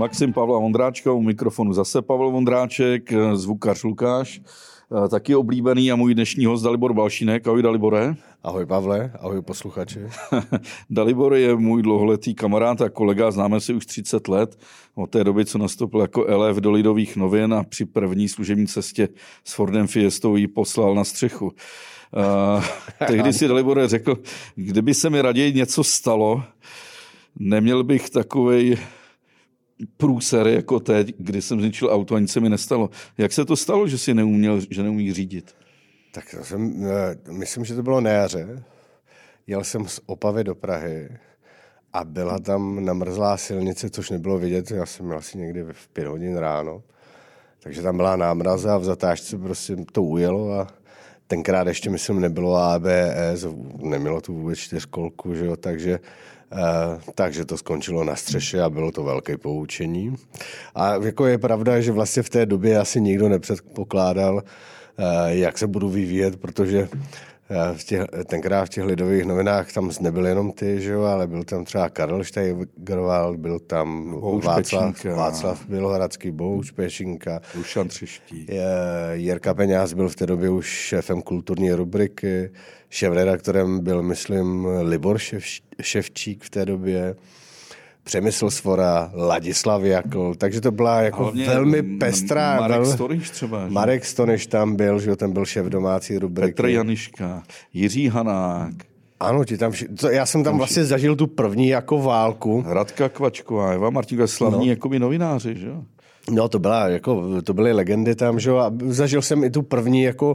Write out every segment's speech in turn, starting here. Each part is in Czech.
Maxim Pavla Vondráčka, u mikrofonu zase Pavel Vondráček, zvukař Lukáš, taky oblíbený a můj dnešní host Dalibor Balšínek. Ahoj Dalibore. Ahoj Pavle, ahoj posluchači. Dalibor je můj dlouholetý kamarád a kolega, známe se už 30 let. Od té doby, co nastoupil jako elef do Lidových novin a při první služební cestě s Fordem Fiestou ji poslal na střechu. Tehdy si Dalibore řekl, kdyby se mi raději něco stalo, neměl bych takovej průser jako teď, kdy jsem zničil auto a nic se mi nestalo. Jak se to stalo, že si neumí řídit? Tak myslím, že to bylo na jaře. Jel jsem z Opavy do Prahy a byla tam namrzlá silnice, což nebylo vidět. Já jsem měl asi někdy v 5 hodin ráno. Takže tam byla námraza a v zatáčce prostě to ujelo a tenkrát ještě, myslím, nebylo ABS, nemělo tu vůbec 4kolku, že jo, takže to skončilo na střeše a bylo to velké poučení. A jako je pravda, že vlastně v té době asi nikdo nepředpokládal, jak se budu vyvíjet, protože tenkrát v těch Lidových novinách tam nebyl jenom ty, že jo, ale byl tam třeba Karel Steigerwald, byl tam Václav Bělohradský, Bouš Pešinka, Dušan Třeští. Jirka Peňáz byl v té době už šéfem kulturní rubriky, šéfredaktorem byl, myslím, Libor Ševčík v té době, Přemysl Svora, Ladislav Jakl, takže to byla jako hlavně velmi pestrá. Marek Stoniš třeba. Že? Marek Stoniš tam byl, že ten byl šéf domácí rubriky. Petr Janiška, Jiří Hanák. Ano, já jsem tam vlastně zažil tu první jako válku. Radka Kvačková, Eva Martinka, slavní jakoby novináři, že jo? No, to byly legendy tam, že jo, a zažil jsem i tu první jako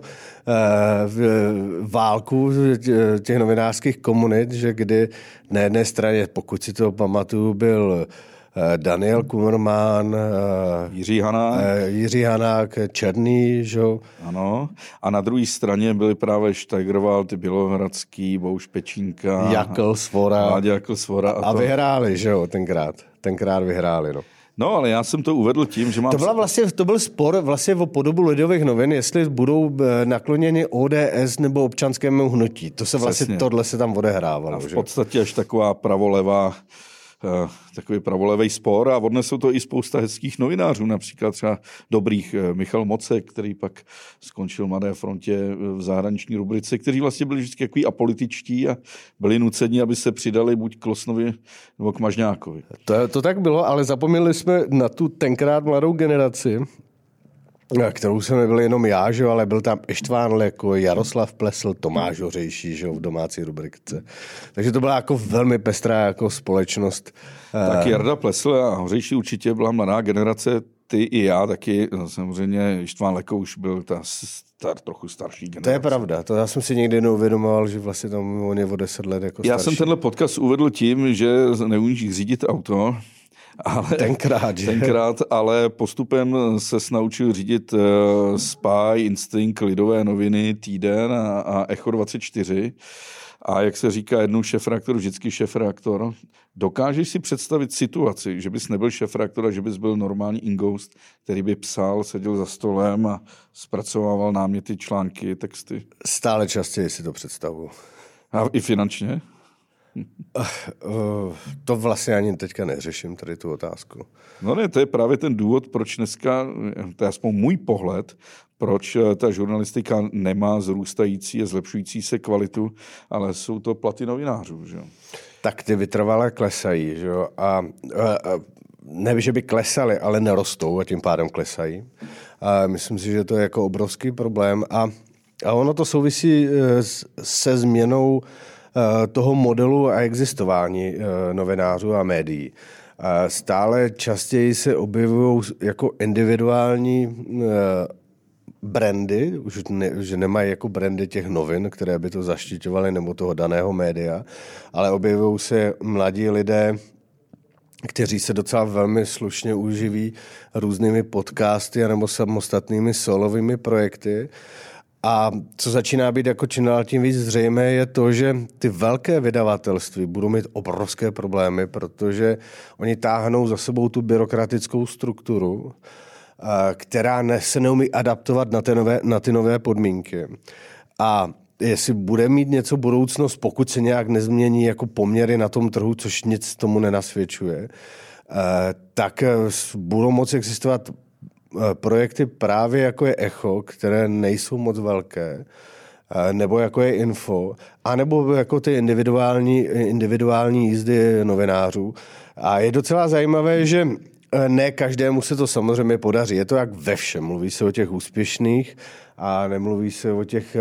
válku těch novinářských komunit, že kdy na jedné straně, pokud si to pamatuju, byl Daniel Kummerman, Jiří Hanák, Černý, že jo. Ano, a na druhé straně byli právě Steigerwald, Bělohradský, Bouš Pečínka, Jakl, Svora. A vyhráli, že jo, tenkrát vyhráli, no. No, ale já jsem to uvedl tím, že mám... To byl spor vlastně o podobu Lidových novin, jestli budou nakloněni ODS nebo občanskému hnutí. To se vlastně tohle se tam odehrávalo. A v podstatě až taková takový pravolevý spor a odnesou to i spousta hezkých novinářů, například třeba dobrých Michal Mocek, který pak skončil v Mladé frontě v zahraniční rubrice, kteří vlastně byli vždycky takový apolitičtí a byli nuceni, aby se přidali buď k Losnovi nebo k Mažňákovi. To tak bylo, ale zapomněli jsme na tu tenkrát mladou generaci, kterou jsem nebyl jenom já, že, ale byl tam Ištván Leko, Jaroslav Plesl, Tomáš Hořejší, že, v domácí rubrice. Takže to byla jako velmi pestrá jako společnost. Tak Jarda Plesl a Hořejší určitě byla mladá generace, ty i já taky, samozřejmě Ištván Leko už byl trochu starší generace. To je pravda, to já jsem si někdy neuvědomoval, že vlastně tam on je o 10 let jako starší. Já jsem tenhle podcast uvedl tím, že neumíš řídit auto, tenkrát, ale postupem se naučil řídit Spy, Instinct, Lidové noviny, Týden a Echo 24. A jak se říká jednou šéfredaktor, vždycky šéfredaktor. Dokážeš si představit situaci, že bys nebyl šéfredaktor a že bys byl normální ingoust, který by psal, seděl za stolem a zpracovával náměty, články, texty? Stále častěji si to představuju. A i finančně? To vlastně ani teďka neřeším, tady tu otázku. No ne, to je právě ten důvod, proč dneska, to je aspoň můj pohled, proč ta žurnalistika nemá zrůstající a zlepšující se kvalitu, ale jsou to platy novinářů, že jo? Tak ty vytrvalé klesají, že jo? A ne, že by klesaly, ale nerostou a tím pádem klesají. A myslím si, že to je jako obrovský problém a ono to souvisí se změnou toho modelu a existování novinářů a médií. Stále častěji se objevují jako individuální brandy, že nemají jako brandy těch novin, které by to zaštiťovaly nebo toho daného média, ale objevují se mladí lidé, kteří se docela velmi slušně uživí různými podcasty nebo samostatnými solovými projekty. A co začíná být jako čím dál tím víc zřejmé, je to, že ty velké vydavatelství budou mít obrovské problémy, protože oni táhnou za sebou tu byrokratickou strukturu, která se neumí adaptovat na ty nové podmínky. A jestli bude mít něco budoucnost, pokud se nějak nezmění jako poměry na tom trhu, což nic tomu nenasvědčuje, tak budou moci existovat projekty právě jako je Echo, které nejsou moc velké, nebo jako je Info, anebo jako ty individuální jízdy novinářů. A je docela zajímavé, že ne každému se to samozřejmě podaří. Je to jak ve všem. Mluví se o těch úspěšných a nemluví se o těch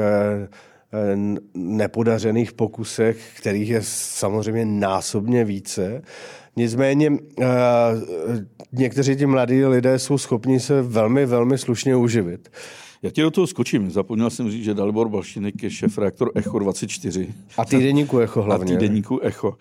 nepodařených pokusech, kterých je samozřejmě násobně více. Nicméně někteří ti mladí lidé jsou schopni se velmi, velmi slušně uživit. Já ti do toho skočím. Zapomněl jsem říct, že Dalibor Balšínek je šéfredaktor Echo 24. A týdeníku Echo hlavně. A týdeníku Echo.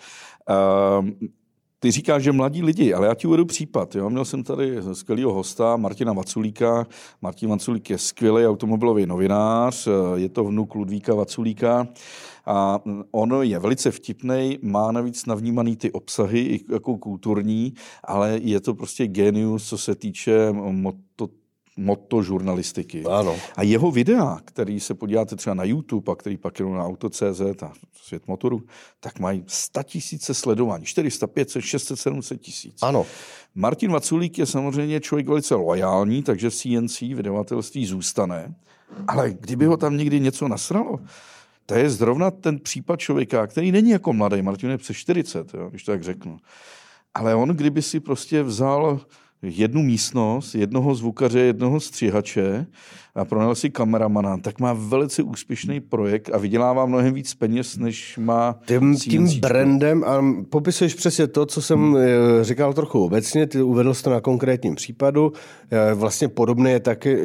Ty říkáš, že mladí lidi, ale já ti uvedu případ. Jo? Měl jsem tady skvělého hosta, Martina Vaculíka. Martin Vaculík je skvělý automobilový novinář, je to vnuk Ludvíka Vaculíka a on je velice vtipnej, má navíc navnímaný ty obsahy, i jako kulturní, ale je to prostě genius, co se týče motto žurnalistiky. Ano. A jeho videa, který se podíváte třeba na YouTube a který pak jdou na Auto.cz a Svět motoru, tak mají 100 000 sledování. 400, 500, 600, 700 tisíc. Ano. Martin Vaculík je samozřejmě člověk velice loajální, takže v CNC vydavatelství zůstane. Ale kdyby ho tam někdy něco nasralo, to je zrovna ten případ člověka, který není jako mladý. Martin je přes 40, jo, když to tak řeknu. Ale on, kdyby si prostě vzal jednu místnost, jednoho zvukaře, jednoho střihače a pronajal si kameramana, tak má velice úspěšný projekt a vydělává mnohem víc peněz, než má tím brandem a popisuješ přesně to, co jsem říkal trochu obecně, ty uvedl jsi to na konkrétním případu. Vlastně podobné je taky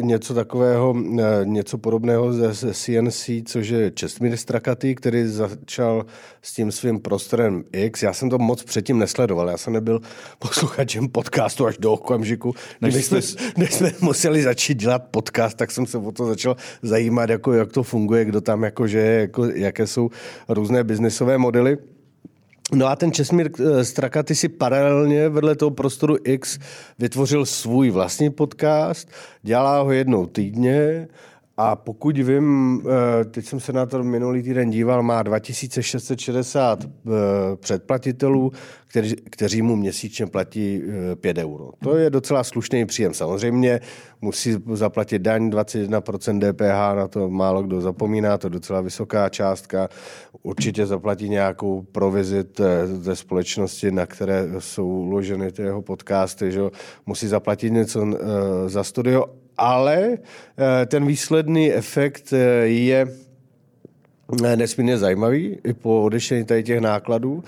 něco podobného ze CNC, což je Čestmír Strakatý, který začal s tím svým prostorem X. Já jsem to moc předtím nesledoval, já jsem nebyl posluchačem podcastu až do okamžiku. Když jsme museli začít dělat podcast, tak jsem se o to začal zajímat, jako, jak to funguje, kdo tam jakože, jako, jaké jsou různé biznisové modely. No a ten Čestmír Strakatý si paralelně vedle toho prostoru X vytvořil svůj vlastní podcast, dělá ho jednou týdně a pokud vím, teď jsem se na to minulý týden díval, má 2660 předplatitelů, kteří mu měsíčně platí 5 euro. To je docela slušný příjem. Samozřejmě musí zaplatit daň 21% DPH, na to málo kdo zapomíná, to je docela vysoká částka. Určitě zaplatí nějakou provizi ze společnosti, na které jsou uloženy ty jeho podcasty, že musí zaplatit něco za studio, ale ten výsledný efekt je nesmírně zajímavý i po odešení tady těch nákladů.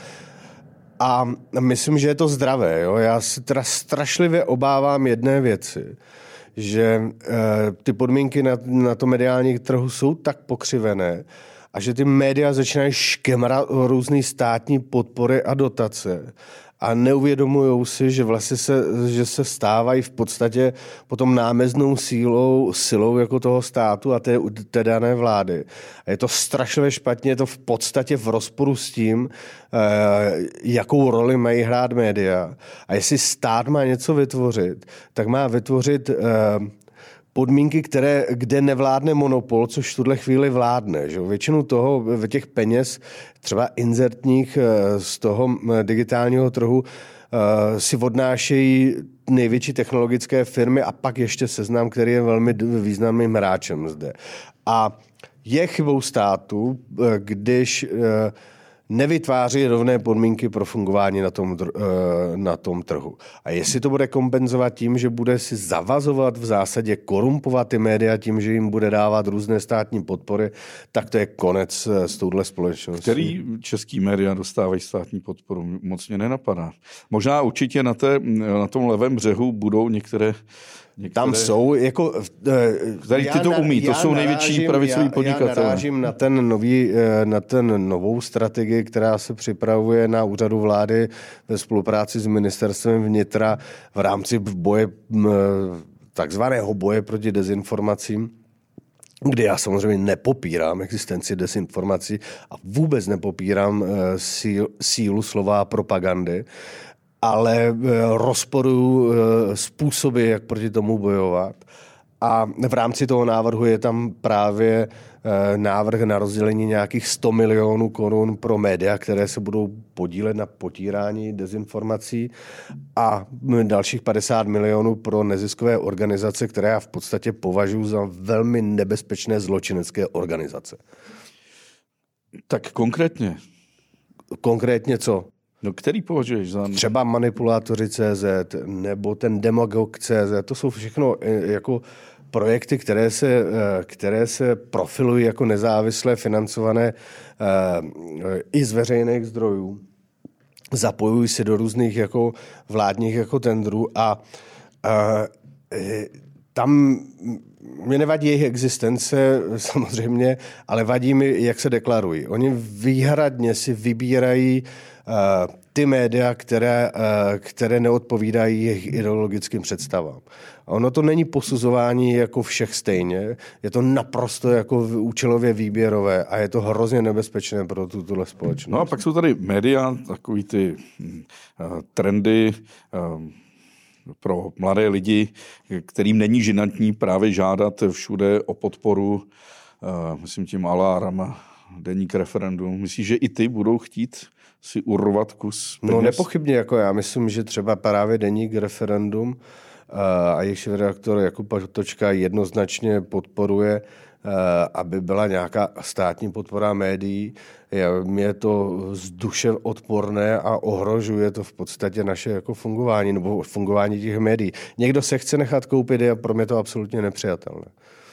A myslím, že je to zdravé. Jo? Já se teda strašlivě obávám jedné věci, že ty podmínky na tom mediálním trhu jsou tak pokřivené a že ty média začínají škemrat různý státní podpory a dotace a neuvědomujou si, že vlastně se stávají v podstatě potom námeznou silou jako toho státu a té dané vlády. A je to strašně špatně, je to v podstatě v rozporu s tím, jakou roli mají hrát média. A jestli stát má něco vytvořit, tak má vytvořit podmínky, kde nevládne monopol, což v tuhle chvíli vládne. Že? Většinu toho, těch peněz, třeba inzertních z toho digitálního trhu, si odnášejí největší technologické firmy a pak ještě Seznam, který je velmi významným hráčem zde. A je chybou státu, když nevytváří rovné podmínky pro fungování na tom trhu. A jestli to bude kompenzovat tím, že bude si zavazovat v zásadě korumpovat ty média tím, že jim bude dávat různé státní podpory, tak to je konec s touhle společností. Který český média dostávají státní podporu? Moc mě nenapadá. Možná určitě na tom levém břehu budou některé tam jsou, jako... Tady ty to umí, to jsou největší pravicoví podnikatelé. Já narážím na ten novou strategii, která se připravuje na úřadu vlády ve spolupráci s ministerstvem vnitra v rámci takzvaného boje proti dezinformacím, kde já samozřejmě nepopírám existenci dezinformací a vůbec nepopírám sílu slova propagandy, ale rozporuju způsoby, jak proti tomu bojovat. A v rámci toho návrhu je tam právě návrh na rozdělení nějakých 100 milionů korun pro média, které se budou podílet na potírání dezinformací a dalších 50 milionů pro neziskové organizace, které já v podstatě považuji za velmi nebezpečné zločinecké organizace. Tak konkrétně? Konkrétně co? No, který považuješ za... Třeba Manipulátoři.cz nebo ten Demagog.cz, to jsou všechno jako projekty, které se profilují jako nezávislé, financované i z veřejných zdrojů. Zapojují se do různých jako vládních jako tendrů a tam mě nevadí jejich existence samozřejmě, ale vadí mi, jak se deklarují. Oni výhradně si vybírají ty média, které neodpovídají jejich ideologickým představám. A ono to není posuzování jako všech stejně, je to naprosto jako účelově výběrové a je to hrozně nebezpečné pro tuhle společnost. No a pak jsou tady média, takový ty trendy pro mladé lidi, kterým není žinantní právě žádat všude o podporu, myslím tím Alarm, Deník Referendum. Myslíš, že i ty budou chtít si urvat kus peněz? No nepochybně, jako já myslím, že třeba právě Deník Referendum a jejich šéfredaktor Jakub Potočka jednoznačně podporuje, aby byla nějaká státní podpora médií. Je to z duše odporné a ohrožuje to v podstatě naše jako fungování nebo fungování těch médií. Někdo se chce nechat koupit a pro mě to absolutně nepřijatelné.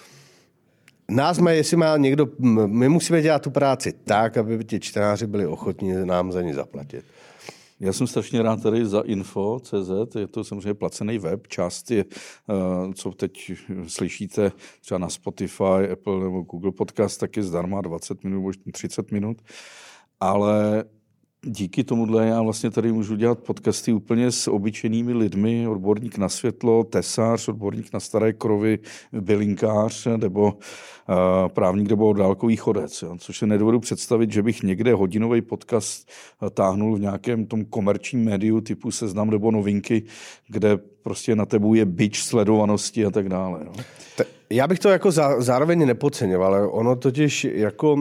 My musíme dělat tu práci tak, aby ti čtenáři byli ochotní nám za ní zaplatit. Já jsem strašně rád tady za info.cz, je to samozřejmě placený web, část je, co teď slyšíte třeba na Spotify, Apple nebo Google Podcast, tak je zdarma 20 minut, možná 30 minut, ale díky tomuhle já vlastně tady můžu dělat podcasty úplně s obyčejnými lidmi, odborník na světlo, tesař, odborník na staré krovy, bylinkář nebo právník nebo dálkový chodec. Jo. Což se nedovedu představit, že bych někde hodinový podcast táhnul v nějakém tom komerčním médiu typu Seznam nebo Novinky, kde prostě na tebu je bič sledovanosti a tak dále. Jo. Já bych to jako zároveň nepodceňoval, ale ono totiž jako...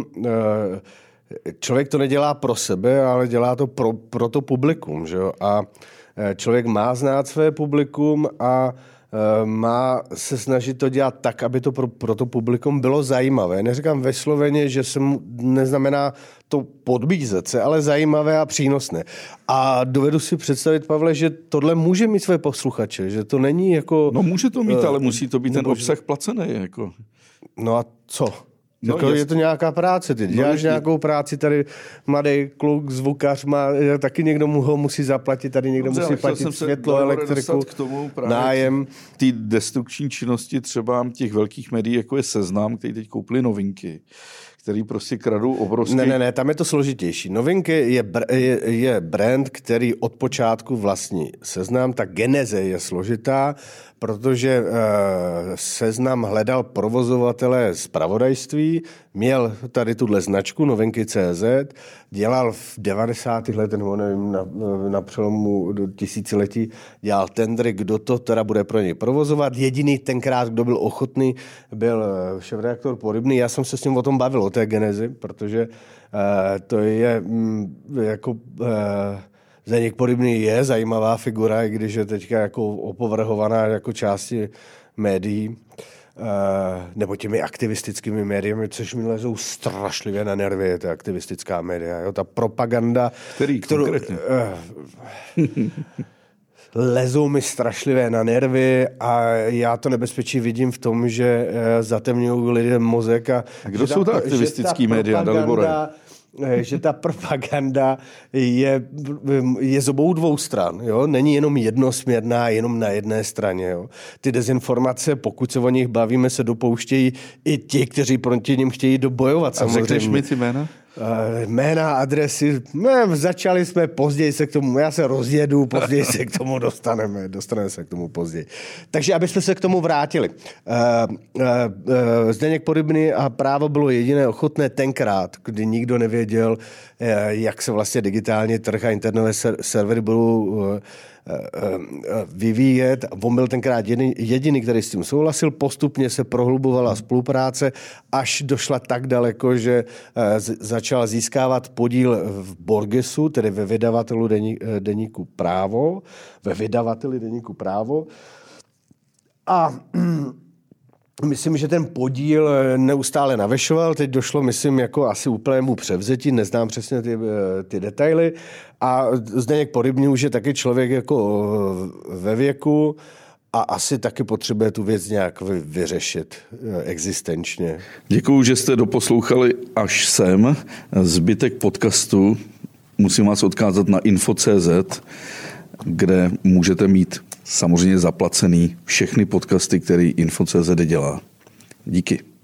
Člověk to nedělá pro sebe, ale dělá to pro to publikum. Že jo? A člověk má znát své publikum a má se snažit to dělat tak, aby to pro to publikum bylo zajímavé. Neříkám vysloveně, že se mu neznamená to podbízet se, ale zajímavé a přínosné. A dovedu si představit, Pavle, že tohle může mít své posluchače, že to není jako... No může to mít, ale musí to být ten obsah placený. Jako. No a co? No, je to nějaká práce, ty děláš nějakou práci, tady mladý kluk, zvukař má, taky někdo ho musí zaplatit, tady někdo musí platit světlo, elektriku, k tomu nájem. Ty destrukční činnosti třeba těch velkých médií, jako je Seznam, který teď koupili Novinky, který prostě kradou obrovský... Ne, tam je to složitější. Novinky je brand, který od počátku vlastní Seznam, ta geneze je složitá, protože Seznam hledal provozovatele zpravodajství, měl tady tuhle značku Novinky.cz, dělal v 90. letech, nevím, na přelomu tisíciletí, dělal tendry, kdo to teda bude pro něj provozovat. Jediný tenkrát, kdo byl ochotný, byl šéfredaktor Porybný. Já jsem se s ním o tom bavil, o té genezi, protože to je jako... Zdeněk Porybný je zajímavá figura, i když je teďka jako opovrhovaná jako části médií, nebo těmi aktivistickými médiami, což mi lezou strašlivě na nervy, ta aktivistická média. Jo? Ta propaganda, kterou lezou mi strašlivé na nervy a já to nebezpečí vidím v tom, že zatemňují lidem mozek. A kdo jsou ta aktivistický média, Dalibore? Že ta propaganda je z obou dvou stran. Jo? Není jenom jednosměrná, jenom na jedné straně. Jo? Ty dezinformace, pokud se o nich bavíme, se dopouštějí i ti, kteří proti nim chtějí dobojovat. A řekneš mi ty jména? Jména, adresy, začali jsme, později se k tomu, já se rozjedu, později se k tomu dostaneme se k tomu později. Takže abychom se k tomu vrátili. Zdeněk Podobný a Právo bylo jediné ochotné tenkrát, kdy nikdo nevěděl, jak se vlastně digitální trh a internetové servery budou vyvíjet. On byl tenkrát jediný, který s tím souhlasil. Postupně se prohlubovala spolupráce, až došla tak daleko, že začal získávat podíl v Borgesu, tedy ve vydavateli deníku Právo. A myslím, že ten podíl neustále navyšoval. Teď došlo, myslím, jako asi úplnému převzetí, neznám přesně ty detaily. A Zdeněk Podobný už je taky člověk jako ve věku a asi taky potřebuje tu věc nějak vyřešit existenčně. Děkuju, že jste doposlouchali až sem. Zbytek podcastu musím vás odkázat na info.cz, kde můžete mít samozřejmě zaplacený všechny podcasty, který info.cz dělá. Díky.